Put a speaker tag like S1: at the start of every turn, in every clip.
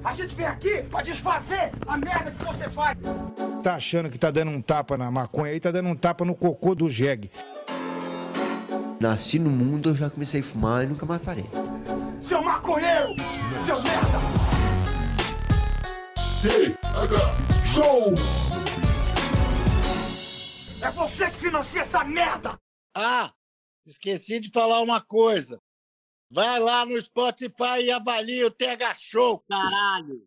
S1: A gente vem aqui pra desfazer a merda que você faz.
S2: Tá achando que tá dando um tapa na maconha aí, tá dando um tapa no cocô do jegue.
S3: Nasci no mundo, eu já comecei a fumar e nunca mais parei.
S1: Seu maconheiro! Seu merda!
S4: Show!
S1: É você que financia essa merda!
S5: Ah, esqueci de falar uma coisa. Vai lá no Spotify e avalia o TH Show, caralho!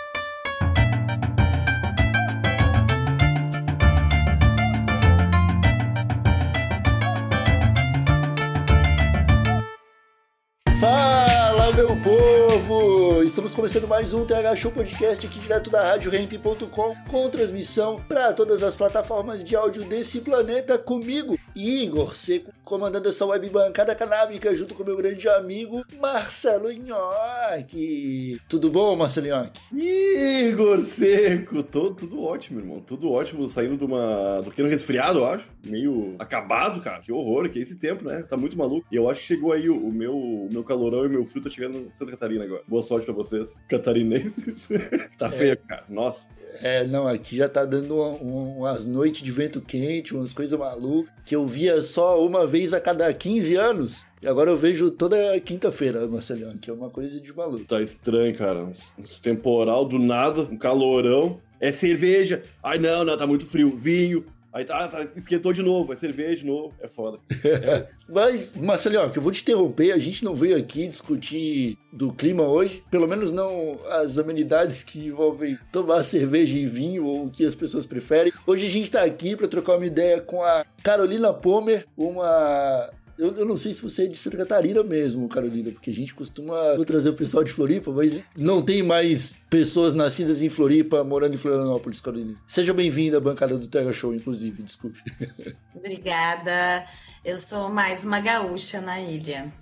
S6: Fala, meu povo! Estamos começando mais um TH Show Podcast aqui direto da RadioRamp.com, com transmissão para todas as plataformas de áudio desse planeta, comigo, Igor Seco, comandando essa web bancada canábica junto com meu grande amigo Marcelo Nhoque. Tudo bom, Marcelo Nhoque?
S7: Igor Seco, tudo ótimo, irmão. Tudo ótimo, saindo de do pequeno resfriado, eu acho. Meio acabado, cara. Que horror, que é esse tempo, né? Tá muito maluco. E eu acho que chegou aí o meu calorão e meu frio tá chegando em Santa Catarina agora. Boa sorte pra vocês, catarinenses. Tá feio, cara. Nossa.
S6: Não, aqui já tá dando umas noites de vento quente, umas coisas malucas, que eu via só uma vez a cada 15 anos, e agora eu vejo toda quinta-feira, Marcelão, que é uma coisa de maluco.
S7: Tá estranho, cara. Uns temporal do nada, um calorão. É cerveja. Ai, não, tá muito frio. Vinho. Aí esquentou de novo, é cerveja de novo, é foda.
S6: Mas, Marcelinho, que eu vou te interromper, a gente não veio aqui discutir do clima hoje, pelo menos não as amenidades que envolvem tomar cerveja e vinho, ou o que as pessoas preferem. Hoje a gente tá aqui para trocar uma ideia com a Carolina Pomer, Eu não sei se você é de Santa Catarina mesmo, Carolina, porque a gente costuma trazer o pessoal de Floripa, mas não tem mais pessoas nascidas em Floripa morando em Florianópolis, Carolina. Seja bem-vinda à bancada do TH Show, inclusive, desculpe.
S8: Obrigada. Eu sou mais uma gaúcha na ilha.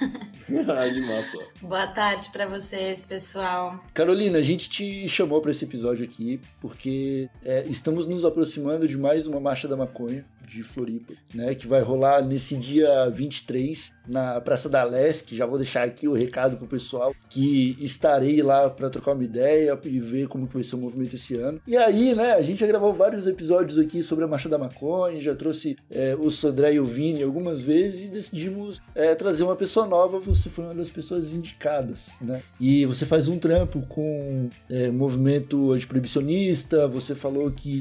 S8: Boa tarde para vocês, pessoal.
S6: Carolina, a gente te chamou para esse episódio aqui porque estamos nos aproximando de mais uma Marcha da Maconha de Floripa, né, que vai rolar nesse dia 23 na Praça da Leste. Já vou deixar aqui o recado pro pessoal que estarei lá para trocar uma ideia e ver como que vai ser o movimento esse ano. E aí, né, a gente já gravou vários episódios aqui sobre a Marcha da Maconha, já trouxe o Sodré e o Vini algumas vezes e decidimos trazer uma pessoa nova. Você foi uma das pessoas indicadas, né? E você faz um trampo com movimento antiproibicionista, você falou que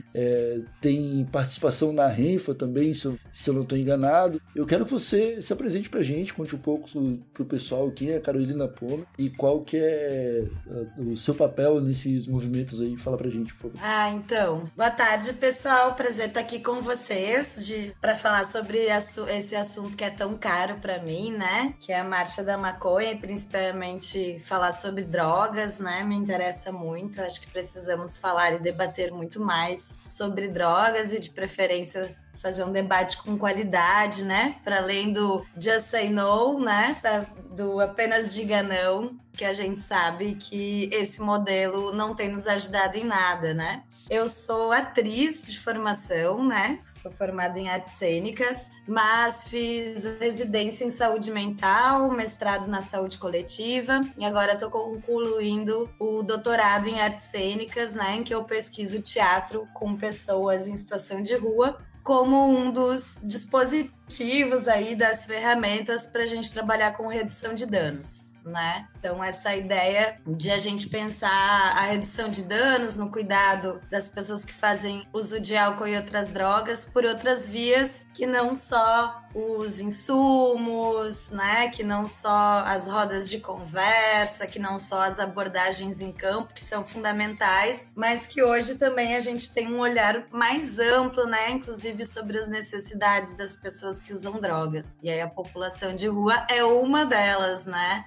S6: tem participação na Renfa também, se eu não estou enganado. Eu quero que você se apresente pra gente, conte um pouco pro pessoal quem é a Carolina Pomer e qual que é o seu papel nesses movimentos aí. Fala pra gente, por favor.
S8: Então, boa tarde, pessoal. Prazer estar aqui com vocês para falar sobre esse assunto que é tão caro pra mim, né? Que é a Marcha da Maconha e principalmente falar sobre drogas, né? Me interessa muito. Acho que precisamos falar e debater muito mais sobre drogas e, de preferência, fazer um debate com qualidade, né? Para além do just say no, né? Do apenas diga não, que a gente sabe que esse modelo não tem nos ajudado em nada, né? Eu sou atriz de formação, né? Sou formada em artes cênicas, mas fiz residência em saúde mental, mestrado na saúde coletiva e agora estou concluindo o doutorado em artes cênicas, né? Em que eu pesquiso teatro com pessoas em situação de rua, como um dos dispositivos aí, das ferramentas para a gente trabalhar com redução de danos, né? Então, essa ideia de a gente pensar a redução de danos no cuidado das pessoas que fazem uso de álcool e outras drogas por outras vias que não só os insumos, né? Que não só as rodas de conversa, que não só as abordagens em campo, que são fundamentais, mas que hoje também a gente tem um olhar mais amplo, né? Inclusive sobre as necessidades das pessoas que usam drogas. E aí a população de rua é uma delas, né?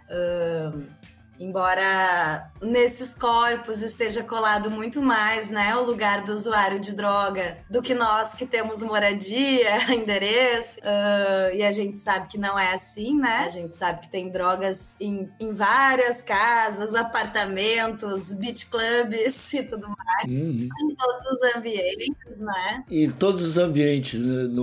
S8: Embora nesses corpos esteja colado muito mais, né, o lugar do usuário de droga do que nós que temos moradia, endereço, e a gente sabe que não é assim, né? A gente sabe que tem drogas em várias casas, apartamentos, beach clubs e tudo mais, em todos os ambientes, né?
S6: Em todos os ambientes, né?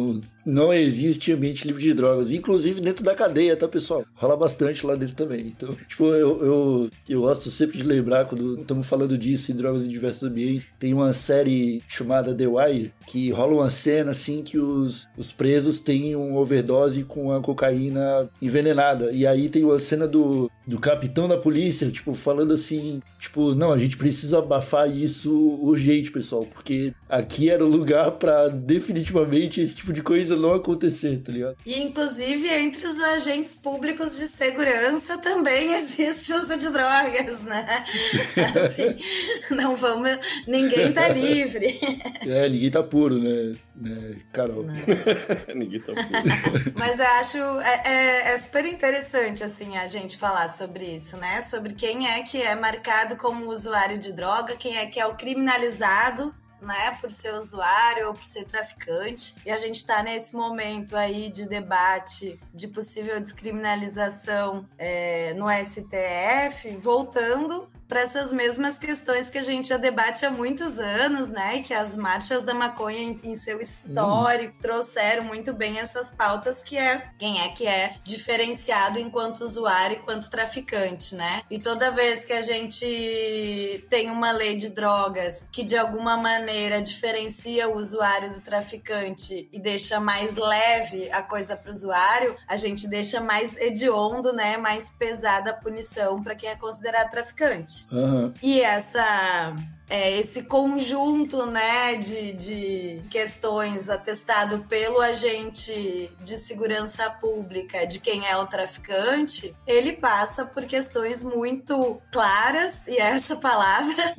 S6: não existe ambiente livre de drogas, inclusive dentro da cadeia, tá, pessoal? Rola bastante lá dentro também. Então, tipo, eu gosto sempre de lembrar, quando estamos falando disso, em drogas em diversos ambientes, tem uma série chamada The Wire, que rola uma cena, assim, que os presos têm uma overdose com a cocaína envenenada. E aí tem uma cena do capitão da polícia, tipo, falando assim, tipo, não, a gente precisa abafar isso urgente, pessoal, porque aqui era o lugar pra definitivamente esse tipo de coisa não acontecer, tá ligado?
S8: E, inclusive, entre os agentes públicos de segurança também existe uso de drogas, né? Assim, não vamos... Ninguém tá livre.
S6: Ninguém tá puro, né, Carol?
S7: Ninguém tá puro.
S8: Mas eu acho... É super interessante, assim, a gente falar sobre isso, né? Sobre quem é que é marcado como usuário de droga, quem é que é o criminalizado, né, por ser usuário ou por ser traficante. E a gente está nesse momento aí de debate de possível descriminalização no STF, voltando para essas mesmas questões que a gente já debate há muitos anos, né? E que as marchas da maconha, em seu histórico, trouxeram muito bem essas pautas, que é quem é que é diferenciado enquanto usuário e enquanto traficante, né? E toda vez que a gente tem uma lei de drogas que, de alguma maneira, diferencia o usuário do traficante e deixa mais leve a coisa para o usuário, a gente deixa mais hediondo, né? Mais pesada a punição para quem é considerado traficante.
S6: Uhum.
S8: E esse conjunto, né, de questões atestado pelo agente de segurança pública de quem é o traficante, ele passa por questões muito claras, e essa palavra,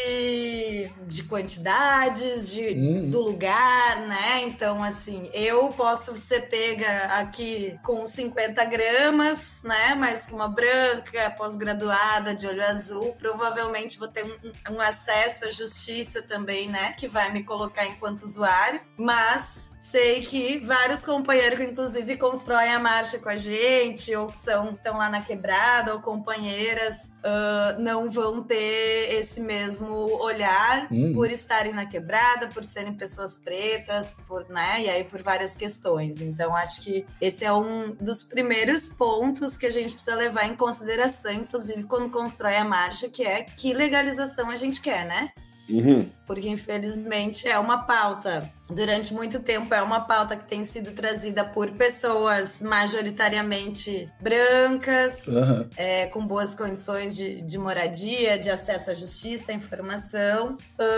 S8: de quantidades, do lugar, né? Então, assim, eu posso ser pega aqui com 50 gramas, né? Mas uma branca, pós-graduada, de olho azul, provavelmente vou ter um acesso à justiça também, né, que vai me colocar enquanto usuário, mas sei que vários companheiros que inclusive constroem a marcha com a gente, ou que estão lá na quebrada, ou companheiras, não vão ter esse mesmo olhar por estarem na quebrada, por serem pessoas pretas, né, e aí por várias questões. Então acho que esse é um dos primeiros pontos que a gente precisa levar em consideração, inclusive quando constrói a marcha, que é que legalização a gente quer, né? Porque infelizmente é uma pauta, durante muito tempo é uma pauta que tem sido trazida por pessoas majoritariamente brancas, com boas condições de moradia, de acesso à justiça, à informação,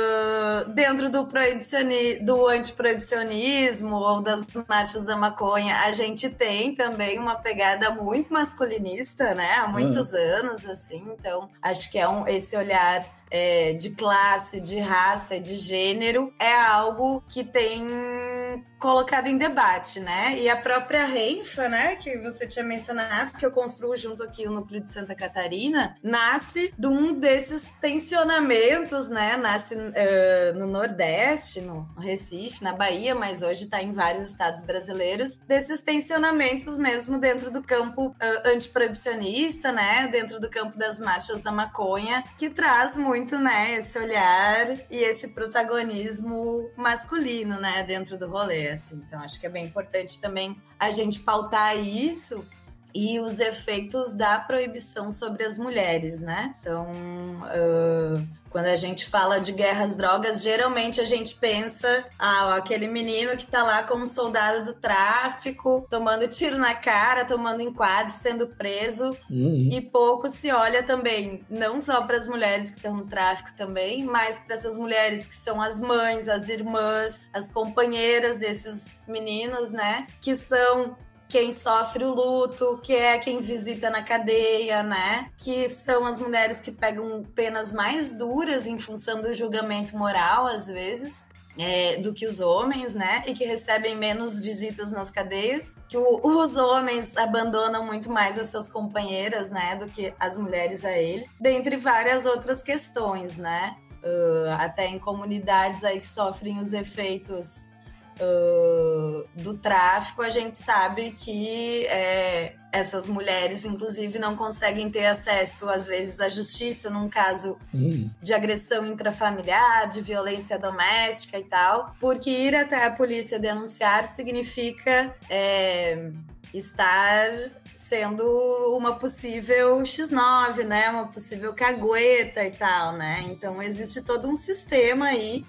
S8: dentro do antiproibicionismo ou das marchas da maconha. A gente tem também uma pegada muito masculinista, né, há muitos anos, assim. Então acho que esse olhar de classe, de raça, de gênero, é algo que tem colocado em debate, né? E a própria Renfa, né, que você tinha mencionado, que eu construo junto aqui o núcleo de Santa Catarina, nasce de um desses tensionamentos, né? Nasce no Nordeste, no Recife, na Bahia, mas hoje está em vários estados brasileiros, desses tensionamentos mesmo dentro do campo antiproibicionista, né? Dentro do campo das marchas da maconha, que traz muito, né, esse olhar e esse protagonismo masculino, né, dentro do rolê, assim. Então acho que é bem importante também a gente pautar isso e os efeitos da proibição sobre as mulheres, né? Então, quando a gente fala de guerra às drogas, geralmente a gente pensa, aquele menino que tá lá como soldado do tráfico, tomando tiro na cara, tomando enquadro, sendo preso, e pouco se olha também, não só para as mulheres que estão no tráfico também, mas para essas mulheres que são as mães, as irmãs, as companheiras desses meninos, né? Que são quem sofre o luto, que é quem visita na cadeia, né? Que são as mulheres que pegam penas mais duras em função do julgamento moral, às vezes, do que os homens, né? E que recebem menos visitas nas cadeias, que os homens abandonam muito mais as suas companheiras, né? Do que as mulheres a eles, dentre várias outras questões, né? Até em comunidades aí que sofrem os efeitos do tráfico, a gente sabe que essas mulheres, inclusive, não conseguem ter acesso, às vezes, à justiça num caso de agressão intrafamiliar, de violência doméstica e tal, porque ir até a polícia denunciar significa estar sendo uma possível X9, né? Uma possível cagueta e tal, né? Então, existe todo um sistema aí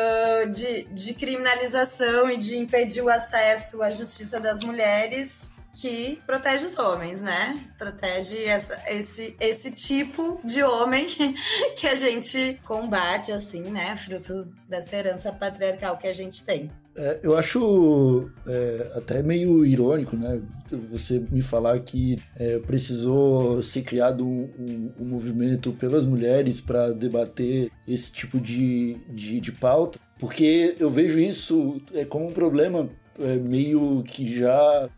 S8: de criminalização e de impedir o acesso à justiça das mulheres que protege os homens, né? Protege esse tipo de homem que a gente combate, assim, né? Fruto dessa herança patriarcal que a gente tem.
S6: Eu acho até meio irônico, né? Você me falar que precisou ser criado um movimento pelas mulheres para debater esse tipo de pauta, porque eu vejo isso como um problema meio que já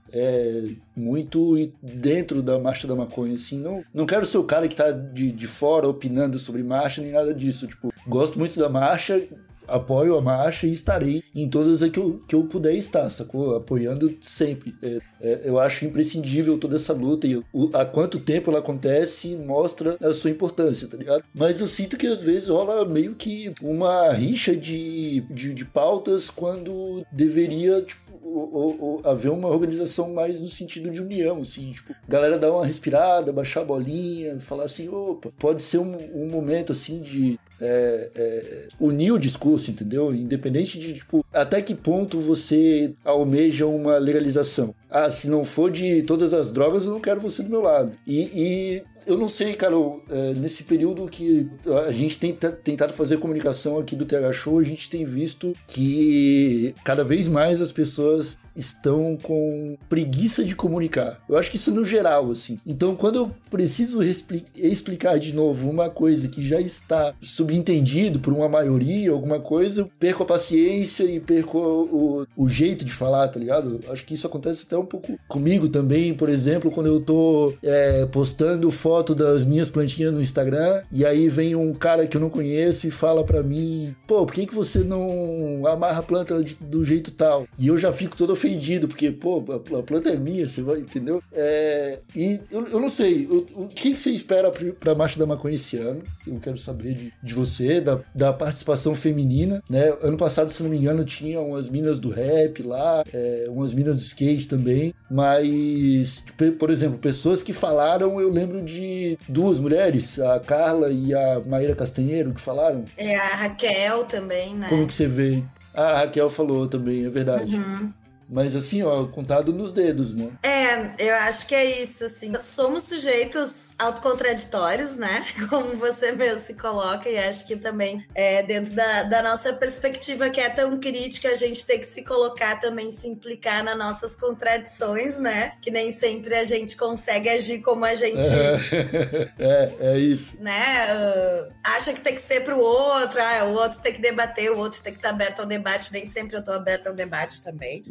S6: muito dentro da Marcha da Maconha, assim. Não quero ser o cara que tá de fora opinando sobre marcha, nem nada disso. Tipo, gosto muito da marcha, apoio a marcha e estarei em todas as que eu puder estar, sacou? Apoiando sempre. Eu acho imprescindível toda essa luta e há quanto tempo ela acontece mostra a sua importância, tá ligado? Mas eu sinto que às vezes rola meio que uma rixa de pautas quando deveria, tipo, haver uma organização mais no sentido de união, assim, tipo, galera dar uma respirada, baixar a bolinha, falar assim, opa, pode ser um momento, assim, de unir o discurso, entendeu? Independente de, tipo, até que ponto você almeja uma legalização. Se não for de todas as drogas, eu não quero você do meu lado. E eu não sei, Carol, nesse período que a gente tem tentado fazer comunicação aqui do TH Show, a gente tem visto que cada vez mais as pessoas estão com preguiça de comunicar. Eu acho que isso no geral, assim. Então, quando eu preciso explicar de novo uma coisa que já está subentendido por uma maioria, alguma coisa, eu perco a paciência e perco o jeito de falar, tá ligado? Eu acho que isso acontece até um pouco comigo também, por exemplo, quando eu tô postando foto das minhas plantinhas no Instagram, e aí vem um cara que eu não conheço e fala pra mim, pô, por que você não amarra a planta do jeito tal? E eu já fico todo ofendido, porque, pô, a planta é minha, você vai, entendeu? E eu não sei, o que você espera pra Marcha da Maconha esse ano? Eu quero saber de você, da participação feminina, né? Ano passado, se não me engano, tinha umas minas do rap lá, umas minas do skate também, mas, por exemplo, pessoas que falaram, eu lembro de duas mulheres, a Carla e a Maíra Castanheiro, que falaram.
S8: A Raquel também, né?
S6: Como que você vê? A Raquel falou também, é verdade.
S8: Uhum.
S6: Mas assim, ó, contado nos dedos, né?
S8: Eu acho que é isso, assim. Somos sujeitos autocontraditórios, né? Como você mesmo se coloca, e acho que também dentro da nossa perspectiva que é tão crítica, a gente tem que se colocar também, se implicar nas nossas contradições, né? Que nem sempre a gente consegue agir como a gente...
S6: É isso.
S8: Né? Acha que tem que ser pro outro, o outro tem que debater, o outro tem que estar aberto ao debate, nem sempre eu tô aberta ao debate também.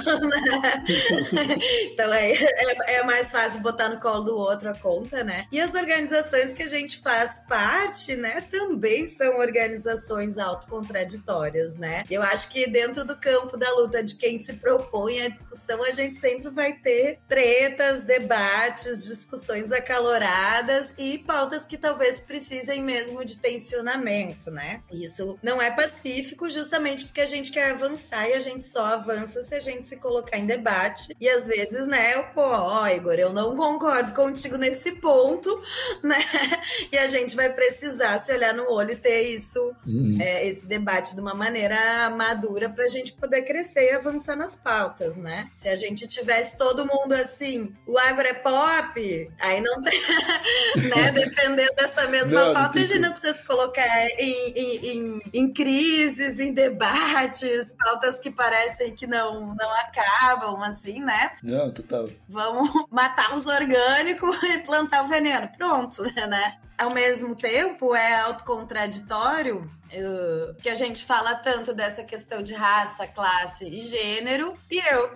S8: Então é mais fácil botar no colo do outro a conta, né? E as organizações que a gente faz parte, né, também são organizações autocontraditórias, né? Eu acho que dentro do campo da luta de quem se propõe à discussão, a gente sempre vai ter tretas, debates, discussões acaloradas e pautas que talvez precisem mesmo de tensionamento, né? Isso não é pacífico justamente porque a gente quer avançar e a gente só avança se a gente se colocar em debate. E às vezes, né, Igor, eu não concordo contigo nesse ponto, né? E a gente vai precisar se olhar no olho e ter isso, esse debate de uma maneira madura pra gente poder crescer e avançar nas pautas, né? Se a gente tivesse todo mundo assim, o agro é pop, aí não tem, né, defendendo essa mesma pauta, a gente não precisa se colocar em crises, em debates, pautas que parecem que não acabam, assim, né?
S6: Não, total.
S8: Vamos matar os orgânicos e plantar o veneno. Pronto, né? Ao mesmo tempo, é autocontraditório que a gente fala tanto dessa questão de raça, classe e gênero, e eu tô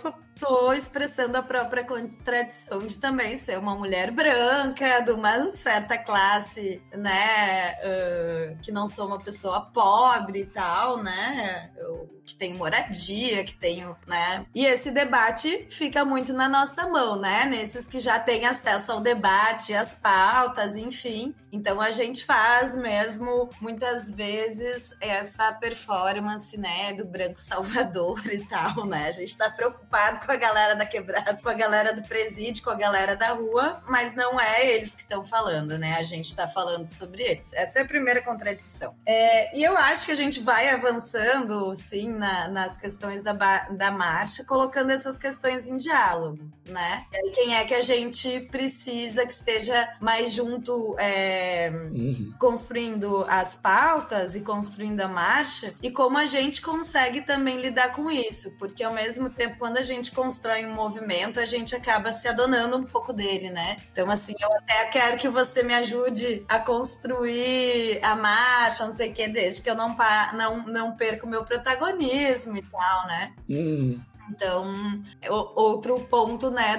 S8: tô expressando a própria contradição de também ser uma mulher branca, de uma certa classe, né, que não sou uma pessoa pobre e tal, né, que tenho moradia, que tenho, né, e esse debate fica muito na nossa mão, né, nesses que já têm acesso ao debate, às pautas, enfim. Então a gente faz mesmo, muitas vezes, essa performance, né, do branco salvador e tal, né, a gente tá preocupado com a galera da quebrada, com a galera do presídio, com a galera da rua, mas não é eles que estão falando, né, a gente tá falando sobre eles. Essa é a primeira contradição. E eu acho que a gente vai avançando, sim, nas questões da marcha, colocando essas questões em diálogo, né? E aí, quem é que a gente precisa que esteja mais junto, construindo as pautas e construindo a marcha, e como a gente consegue também lidar com isso, porque ao mesmo tempo, quando a gente constrói um movimento, a gente acaba se adonando um pouco dele, né? Então, assim, eu até quero que você me ajude a construir a marcha, não sei o que, desde que eu não perca o meu protagonismo e tal, né? Então, outro ponto, né,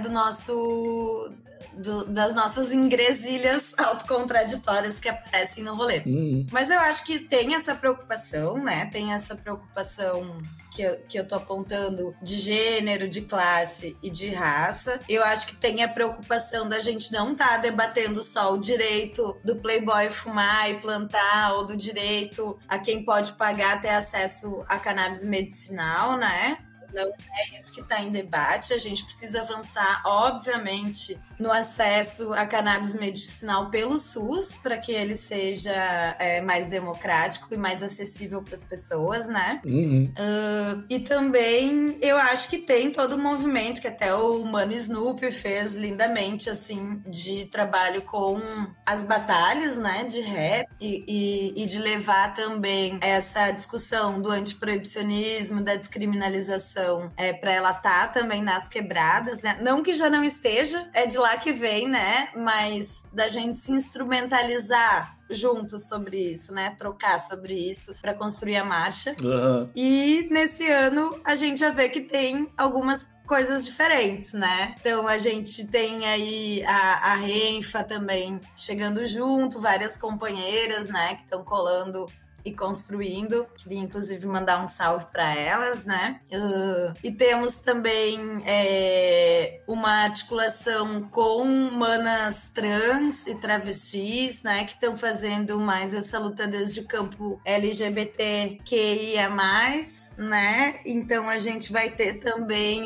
S8: das nossas ingresilhas autocontraditórias que aparecem no rolê. Mas eu acho que tem essa preocupação, né? Tem essa preocupação que eu tô apontando de gênero, de classe e de raça. Eu acho que tem a preocupação da gente não tá debatendo só o direito do playboy fumar e plantar, ou do direito a quem pode pagar ter acesso a cannabis medicinal, né? Não é isso que está em debate. A gente precisa avançar, obviamente, no acesso a cannabis medicinal pelo SUS, para que ele seja mais democrático e mais acessível para as pessoas, né? E também eu acho que tem todo um movimento que até o Mano Snoop fez lindamente, assim, de trabalho com as batalhas, né, de rap e de levar também essa discussão do antiproibicionismo, da descriminalização, para ela estar também nas quebradas, né? Não que já não esteja, é de lá que vem, né? Mas da gente se instrumentalizar juntos sobre isso, né? Trocar sobre isso para construir a marcha. E nesse ano a gente já vê que tem algumas coisas diferentes, né? Então a gente tem aí a Renfa também chegando junto, várias companheiras, né, que estão colando e construindo. Queria, inclusive, mandar um salve para elas, né? E temos também uma articulação com manas trans e travestis, né? Que estão fazendo mais essa luta desde o campo LGBTQIA+, né? Então, a gente vai ter também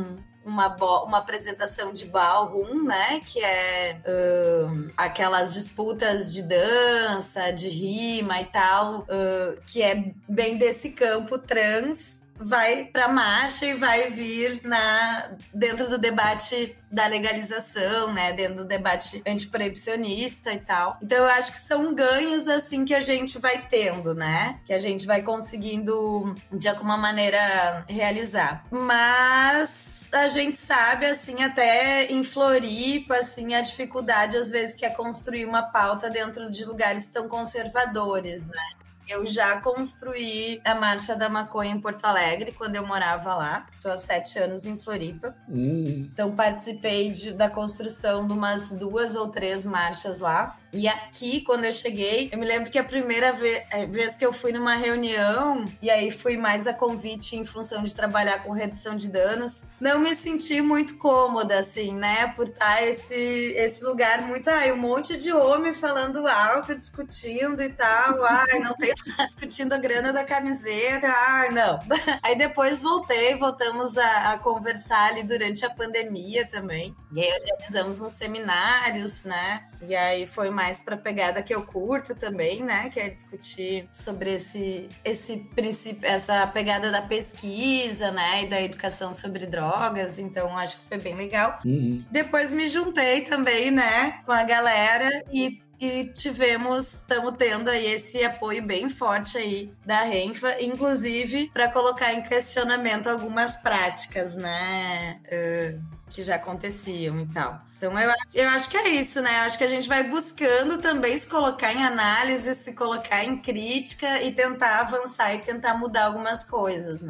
S8: uma apresentação de ballroom, né, que é aquelas disputas de dança, de rima e tal, que é bem desse campo trans, vai para a marcha e vai vir dentro do debate da legalização, né, dentro do debate antiproibicionista e tal. Então eu acho que são ganhos assim que a gente vai tendo, né, que a gente vai conseguindo de alguma maneira realizar. Mas a gente sabe, assim, até em Floripa, assim, a dificuldade às vezes que é construir uma pauta dentro de lugares tão conservadores, né? Eu já construí a Marcha da Maconha em Porto Alegre, quando eu morava lá. Estou há 7 anos em Floripa. Então, participei da construção de umas 2 ou 3 marchas lá. E aqui, quando eu cheguei, eu me lembro que a primeira vez que eu fui numa reunião, e aí fui mais a convite em função de trabalhar com redução de danos, não me senti muito cômoda, assim, né? Por estar esse lugar muito... um monte de homem falando alto, discutindo e tal. Não tem que estar discutindo a grana da camiseta. Não. Aí depois voltamos a conversar ali durante a pandemia também. E aí organizamos uns seminários, né? E aí foi mais pra pegada que eu curto também, né? Que é discutir sobre esse princípio, essa pegada da pesquisa, né? E da educação sobre drogas. Então, acho que foi bem legal. Depois me juntei também, né? Com a galera e estamos tendo aí esse apoio bem forte aí da Renfa, inclusive para colocar em questionamento algumas práticas, né? Que já aconteciam e tal. Então, eu acho que é isso, né? Eu acho que a gente vai buscando também se colocar em análise, se colocar em crítica e tentar avançar e tentar mudar algumas coisas, né?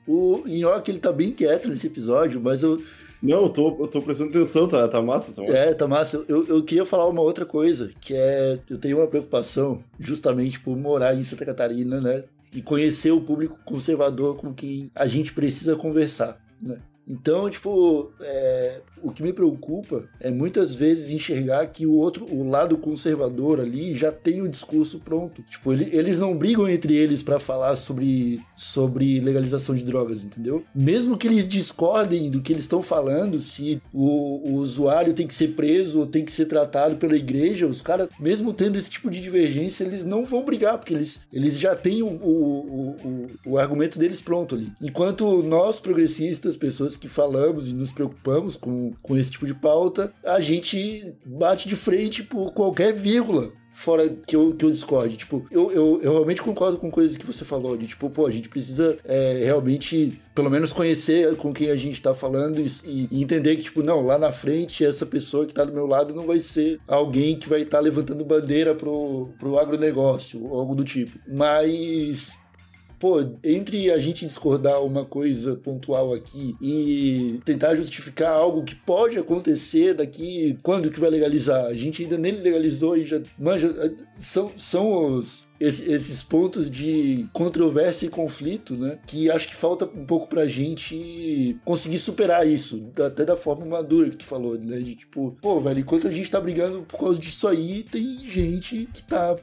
S6: O Nhoque, ele tá bem quieto nesse episódio, mas eu...
S7: Não, eu tô prestando atenção, tá massa, tá massa.
S6: Tá massa. Eu queria falar uma outra coisa, que é... Eu tenho uma preocupação, justamente por morar em Santa Catarina, né? E conhecer o público conservador com quem a gente precisa conversar, né? Então, tipo, o que me preocupa é muitas vezes enxergar que o lado conservador ali já tem o discurso pronto. Tipo, eles não brigam entre eles pra falar sobre legalização de drogas, entendeu? Mesmo que eles discordem do que eles estão falando, se o usuário tem que ser preso ou tem que ser tratado pela igreja, os caras, mesmo tendo esse tipo de divergência, eles não vão brigar, porque eles já têm o argumento deles pronto ali. Enquanto nós, progressistas, pessoas que falamos e nos preocupamos com esse tipo de pauta, a gente bate de frente por qualquer vírgula fora que eu discorde. Tipo, eu realmente concordo com coisas que você falou, de tipo, pô, a gente precisa realmente, pelo menos conhecer com quem a gente tá falando e entender que, tipo, não, lá na frente, essa pessoa que tá do meu lado não vai ser alguém que vai estar levantando bandeira pro agronegócio ou algo do tipo. Mas... pô, entre a gente discordar uma coisa pontual aqui e tentar justificar algo que pode acontecer daqui, quando que vai legalizar? A gente ainda nem legalizou e já... Manja, são esses pontos de controvérsia e conflito, né? Que acho que falta um pouco pra gente conseguir superar isso, até da forma madura que tu falou, né? De tipo, pô, velho, enquanto a gente tá brigando por causa disso aí, tem gente que tá...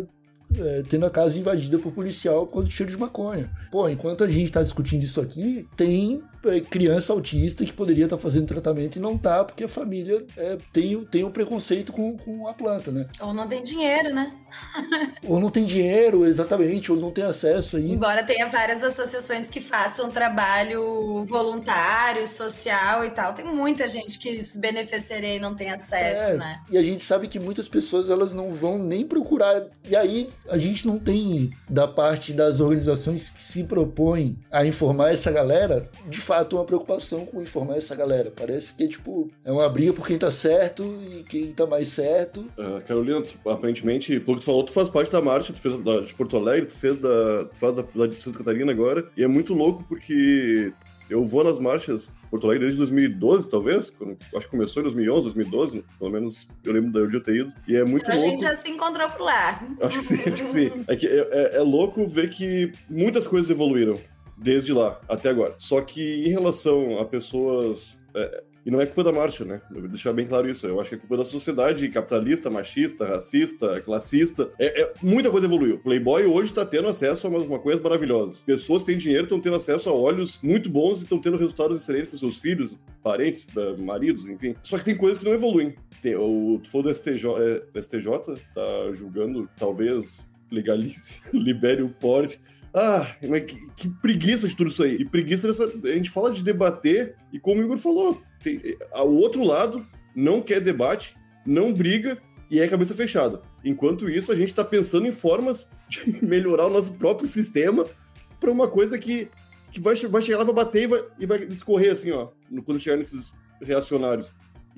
S6: tendo a casa invadida por policial por causa do cheiro de maconha. Pô, enquanto a gente tá discutindo isso aqui, tem criança autista que poderia estar fazendo tratamento e não tá, porque a família tem um preconceito com a planta, né?
S8: Ou não tem dinheiro, né?
S6: Ou não tem dinheiro, exatamente, ou não tem acesso aí.
S8: Embora tenha várias associações que façam trabalho voluntário, social e tal, tem muita gente que se beneficiaria e não tem acesso, né?
S6: E a gente sabe que muitas pessoas, elas não vão nem procurar. E aí, a gente não tem, da parte das organizações que se propõem a informar essa galera, de fato, uma preocupação com informar essa galera. Parece que, tipo, é uma briga por quem tá certo e quem tá mais certo.
S7: Carolina, aparentemente, pelo que tu falou, tu faz parte da marcha, tu fez de Porto Alegre, tu faz da de Santa Catarina agora, e é muito louco porque eu vou nas marchas Porto Alegre desde 2012, talvez, acho que começou em 2011, 2012, pelo menos eu lembro de eu ter ido, e é muito louco.
S8: A gente já se encontrou por lá.
S7: Acho que sim. É louco ver que muitas coisas evoluíram desde lá até agora. Só que em relação a pessoas... e não é culpa da marcha, né? Eu vou deixar bem claro isso. Eu acho que é culpa da sociedade capitalista, machista, racista, classista. Muita coisa evoluiu. Playboy hoje está tendo acesso a umas coisas maravilhosas. Pessoas que têm dinheiro estão tendo acesso a óleos muito bons e estão tendo resultados excelentes com seus filhos, parentes, maridos, enfim. Só que tem coisas que não evoluem. Tu falou do STJ, tá julgando, talvez legalize, libere o porte. Mas que preguiça de tudo isso aí. E preguiça dessa... A gente fala de debater e, como o Igor falou, o outro lado não quer debate, não briga e é cabeça fechada. Enquanto isso, a gente tá pensando em formas de melhorar o nosso próprio sistema para uma coisa que vai chegar lá, vai bater e vai discorrer assim, ó, quando chegar nesses reacionários.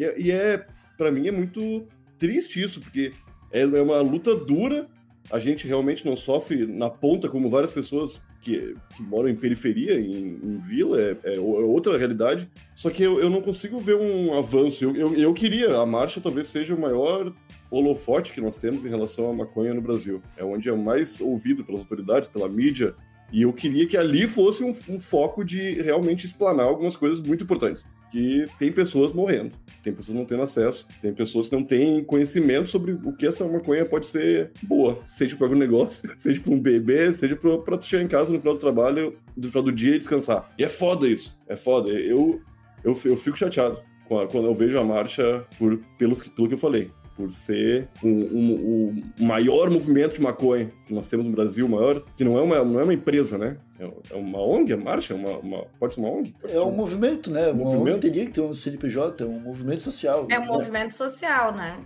S7: Pra mim, é muito triste isso, porque é uma luta dura. A gente realmente não sofre na ponta como várias pessoas que moram em periferia, em vila, é outra realidade. Só que eu não consigo ver um avanço. Eu queria, a marcha talvez seja o maior holofote que nós temos em relação à maconha no Brasil. É onde é mais ouvido pelas autoridades, pela mídia. E eu queria que ali fosse um foco de realmente explanar algumas coisas muito importantes. Que tem pessoas morrendo, tem pessoas não tendo acesso, tem pessoas que não têm conhecimento sobre o que essa maconha pode ser boa. Seja para algum negócio, seja para um bebê, seja para tu chegar em casa no final do trabalho, no final do dia e descansar. E é foda isso, é foda. Eu fico chateado quando eu vejo a marcha pelo que eu falei. Por ser o maior movimento de maconha que nós temos no Brasil, maior, que não é uma empresa, né? É uma ONG, a marcha? Pode ser uma ONG?
S6: É um movimento, né? Uma ONG teria que ter um CNPJ, é um movimento social.
S8: É um movimento social, né?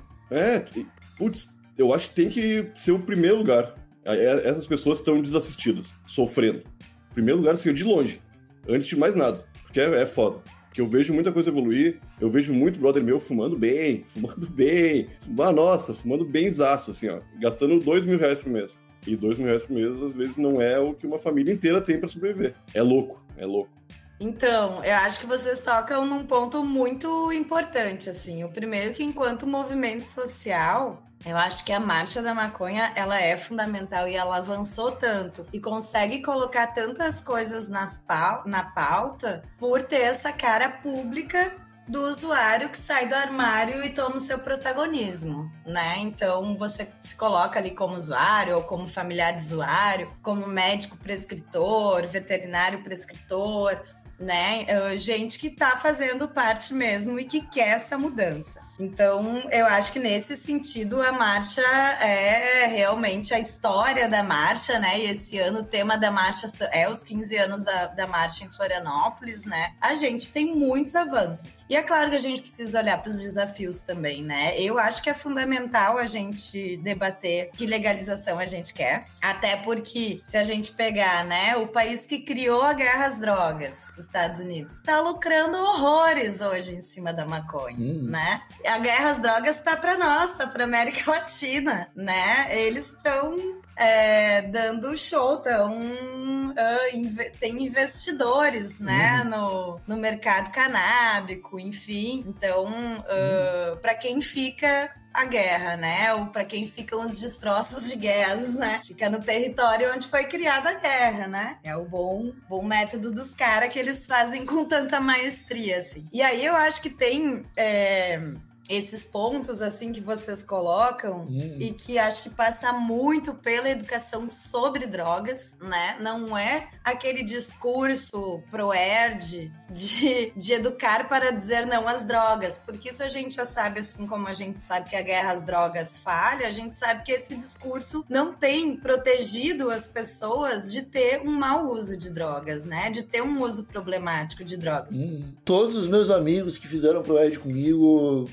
S7: Eu acho que tem que ser o primeiro lugar. Essas pessoas estão desassistidas, sofrendo. Primeiro lugar, assim, de longe. Antes de mais nada. Porque é foda. Que eu vejo muita coisa evoluir, eu vejo muito brother meu fumando bem, fumando benzaço, assim, ó, gastando R$2.000 por mês. E R$2.000 por mês, às vezes, não é o que uma família inteira tem pra sobreviver. É louco, é louco.
S8: Então, eu acho que vocês tocam num ponto muito importante, assim. O primeiro que, enquanto movimento social, eu acho que a Marcha da Maconha, ela é fundamental e ela avançou tanto e consegue colocar tantas coisas na pauta por ter essa cara pública do usuário que sai do armário e toma o seu protagonismo, né? Então, você se coloca ali como usuário ou como familiar de usuário, como médico prescritor, veterinário prescritor, né? Gente que tá fazendo parte mesmo e que quer essa mudança. Então, eu acho que nesse sentido a marcha é realmente a história da marcha, né? E esse ano o tema da marcha é os 15 anos da marcha em Florianópolis, né? A gente tem muitos avanços. E é claro que a gente precisa olhar para os desafios também, né? Eu acho que é fundamental a gente debater que legalização a gente quer. Até porque, se a gente pegar, né, o país que criou a guerra às drogas, Estados Unidos, está lucrando horrores hoje em cima da maconha, né? A guerra às drogas tá para nós, tá para América Latina, né? Eles estão dando show, tem investidores, né, no mercado canábico, enfim. Então, para quem fica a guerra, né? Ou para quem ficam os destroços de guerras, né? Fica no território onde foi criada a guerra, né? É o bom método dos caras que eles fazem com tanta maestria, assim. E aí eu acho que tem esses pontos, assim, que vocês colocam e que acho que passa muito pela educação sobre drogas, né? Não é aquele discurso pro-erd de educar para dizer não às drogas, porque isso a gente já sabe, assim como a gente sabe que a guerra às drogas falha, a gente sabe que esse discurso não tem protegido as pessoas de ter um mau uso de drogas, né? De ter um uso problemático de drogas.
S6: Todos os meus amigos que fizeram pro-erd comigo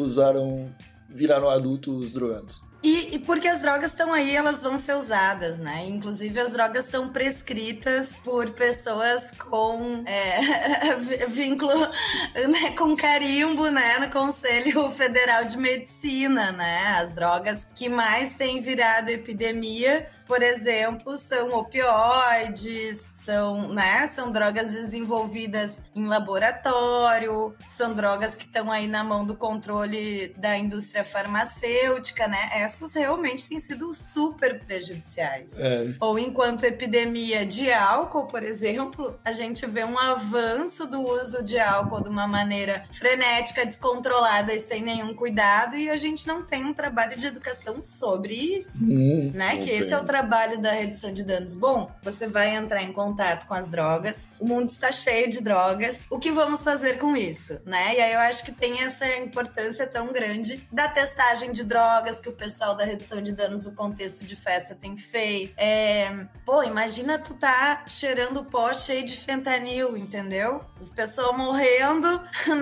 S6: viraram adultos drogados.
S8: E porque as drogas estão aí, elas vão ser usadas, né? Inclusive, as drogas são prescritas por pessoas com vínculo, né, com carimbo, né, no Conselho Federal de Medicina, né? As drogas que mais têm virado epidemia, por exemplo, são opioides, são drogas desenvolvidas em laboratório, são drogas que estão aí na mão do controle da indústria farmacêutica, né? Essas realmente têm sido super prejudiciais. Ou enquanto epidemia de álcool, por exemplo, a gente vê um avanço do uso de álcool de uma maneira frenética, descontrolada e sem nenhum cuidado, e a gente não tem um trabalho de educação sobre isso, né? Que esse é o trabalho da redução de danos. Bom, você vai entrar em contato com as drogas, o mundo está cheio de drogas, o que vamos fazer com isso, né? E aí eu acho que tem essa importância tão grande da testagem de drogas que o pessoal da redução de danos no contexto de festa tem feito. Imagina tu tá cheirando pó cheio de fentanil, entendeu? As pessoas morrendo,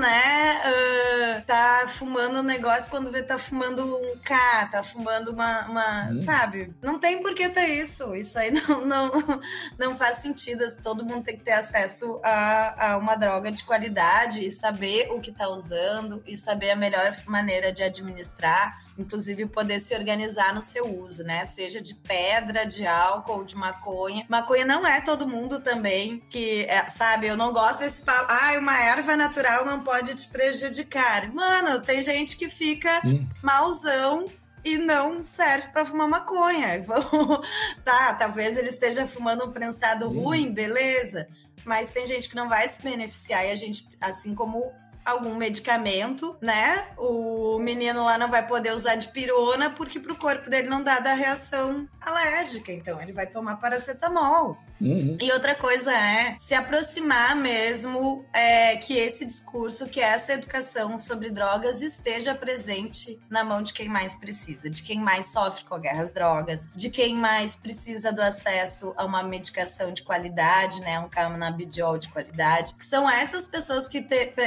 S8: né? Tá fumando um negócio, quando vê tá fumando um K, tá fumando uma sabe? Não tem por que ter isso. Isso aí não faz sentido. Todo mundo tem que ter acesso a uma droga de qualidade e saber o que tá usando e saber a melhor maneira de administrar, inclusive poder se organizar no seu uso, né? Seja de pedra, de álcool, de maconha. Maconha não é todo mundo também que, sabe, eu não gosto desse papo, uma erva natural não pode te prejudicar. Mano, tem gente que fica mauzão e não serve pra fumar maconha. Talvez ele esteja fumando um prensado ruim, beleza, mas tem gente que não vai se beneficiar, e a gente, assim como algum medicamento, né? O menino lá não vai poder usar dipirona porque pro corpo dele não dá da reação alérgica, então ele vai tomar paracetamol. E outra coisa é se aproximar mesmo que esse discurso, que essa educação sobre drogas esteja presente na mão de quem mais precisa, de quem mais sofre com a guerra às drogas, de quem mais precisa do acesso a uma medicação de qualidade, né, um canabidiol de qualidade, que são essas pessoas que precisam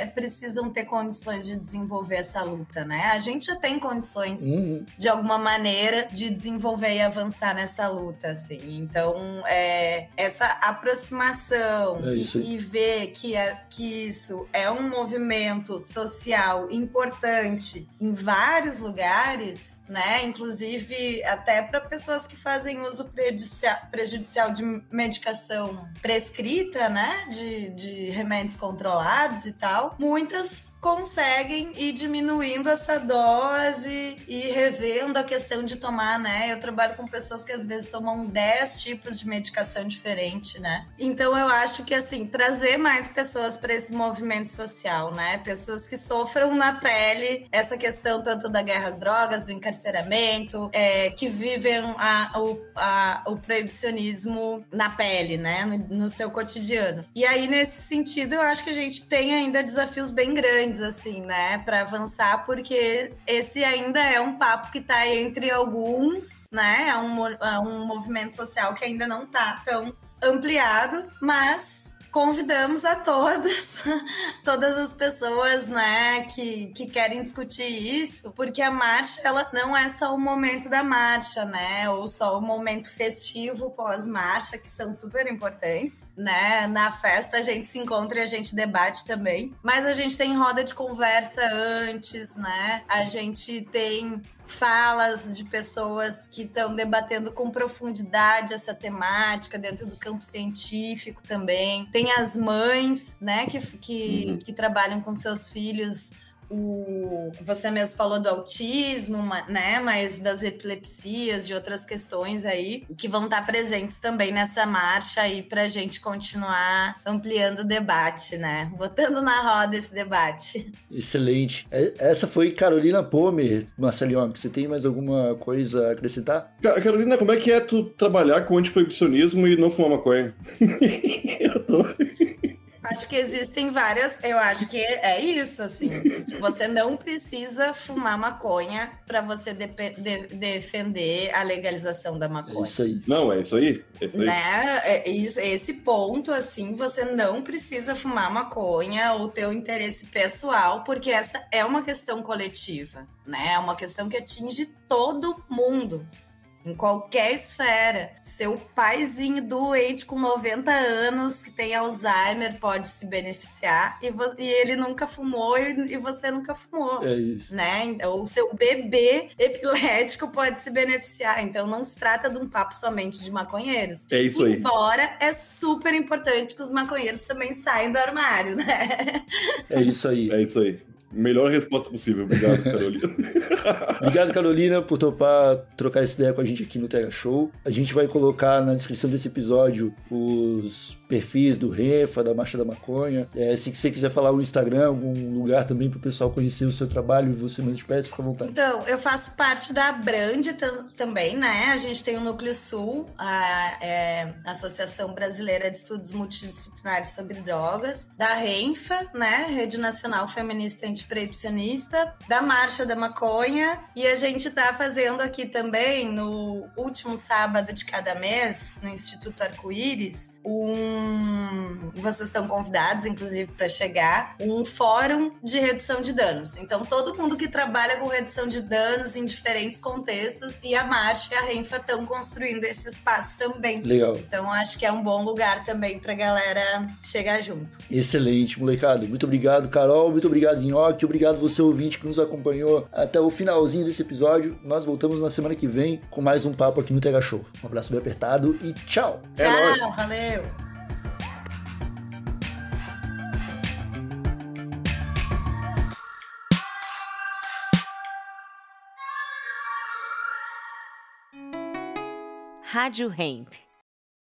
S8: precisam ter condições de desenvolver essa luta, né? A gente já tem condições, de alguma maneira, de desenvolver e avançar nessa luta, assim. Então, essa aproximação e ver que isso é um movimento social importante em vários lugares, né? Inclusive até para pessoas que fazem uso prejudicial de medicação prescrita, né? De remédios controlados e tal. Muitas conseguem ir diminuindo essa dose e revendo a questão de tomar, né? Eu trabalho com pessoas que às vezes tomam 10 tipos de medicação diferente, né? Então eu acho que, assim, trazer mais pessoas para esse movimento social, né? Pessoas que sofram na pele essa questão tanto da guerra às drogas, do encarceramento, que vivem o proibicionismo na pele, né? No seu cotidiano. E aí, nesse sentido, eu acho que a gente tem ainda desafios bem grandes, assim, né? Para avançar, porque esse ainda é um papo que tá entre alguns, né? É um movimento social que ainda não tá tão ampliado, mas convidamos a todas as pessoas, né, que querem discutir isso, porque a marcha, ela não é só o momento da marcha, né, ou só o momento festivo pós-marcha, que são super importantes, né, na festa a gente se encontra e a gente debate também, mas a gente tem roda de conversa antes, né, a gente tem falas de pessoas que estão debatendo com profundidade essa temática dentro do campo científico também. Tem as mães, né, que trabalham com seus filhos. Você mesmo falou do autismo, né, mas das epilepsias, de outras questões aí, que vão estar presentes também nessa marcha aí pra gente continuar ampliando o debate, né, botando na roda esse debate.
S6: Excelente. Essa foi Carolina Pomer, Marcelinho. Você tem mais alguma coisa a acrescentar?
S7: Carolina, como é que é tu trabalhar com antiproibicionismo e não fumar maconha?
S8: Acho que existem várias, eu acho que é isso, assim, você não precisa fumar maconha para você defender a legalização da maconha.
S6: É isso aí.
S7: Não, é isso aí.
S8: Né? Esse ponto, assim, você não precisa fumar maconha ou ter um interesse pessoal, porque essa é uma questão coletiva, né? É uma questão que atinge todo mundo. Em qualquer esfera. Seu paizinho doente com 90 anos, que tem Alzheimer, pode se beneficiar, e ele nunca fumou e você nunca fumou.
S6: É isso.
S8: Né? O seu bebê epilético pode se beneficiar. Então não se trata de um papo somente de maconheiros.
S7: É isso aí.
S8: Embora é super importante que os maconheiros também saiam do armário, né?
S6: É isso aí.
S7: É isso aí. Melhor resposta possível. Obrigado, Carolina.
S6: Obrigado, Carolina, por topar trocar essa ideia com a gente aqui no Tega Show. A gente vai colocar na descrição desse episódio os perfis do Renfa, da Marcha da Maconha. Se você quiser falar o Instagram, algum lugar também para o pessoal conhecer o seu trabalho e você mais de perto, fica à vontade.
S8: Então, eu faço parte da Brand também, né? A gente tem o Núcleo Sul, a Associação Brasileira de Estudos Multidisciplinares sobre Drogas, da Renfa, né? Rede Nacional Feminista Antiproibicionista, da Marcha da Maconha, e a gente tá fazendo aqui também, no último sábado de cada mês, no Instituto Arco-Íris, vocês estão convidados, inclusive, para chegar, um fórum de redução de danos. Então, todo mundo que trabalha com redução de danos em diferentes contextos, e a Marcha e a Renfa estão construindo esse espaço também.
S6: Legal.
S8: Então, acho que é um bom lugar também pra galera chegar junto.
S6: Excelente, molecada. Muito obrigado, Carol. Muito obrigado, Nhoque. Obrigado você, ouvinte, que nos acompanhou até o finalzinho desse episódio. Nós voltamos na semana que vem com mais um papo aqui no Tega Show. Um abraço bem apertado e tchau.
S8: Tchau, valeu.
S9: Rádio Hemp.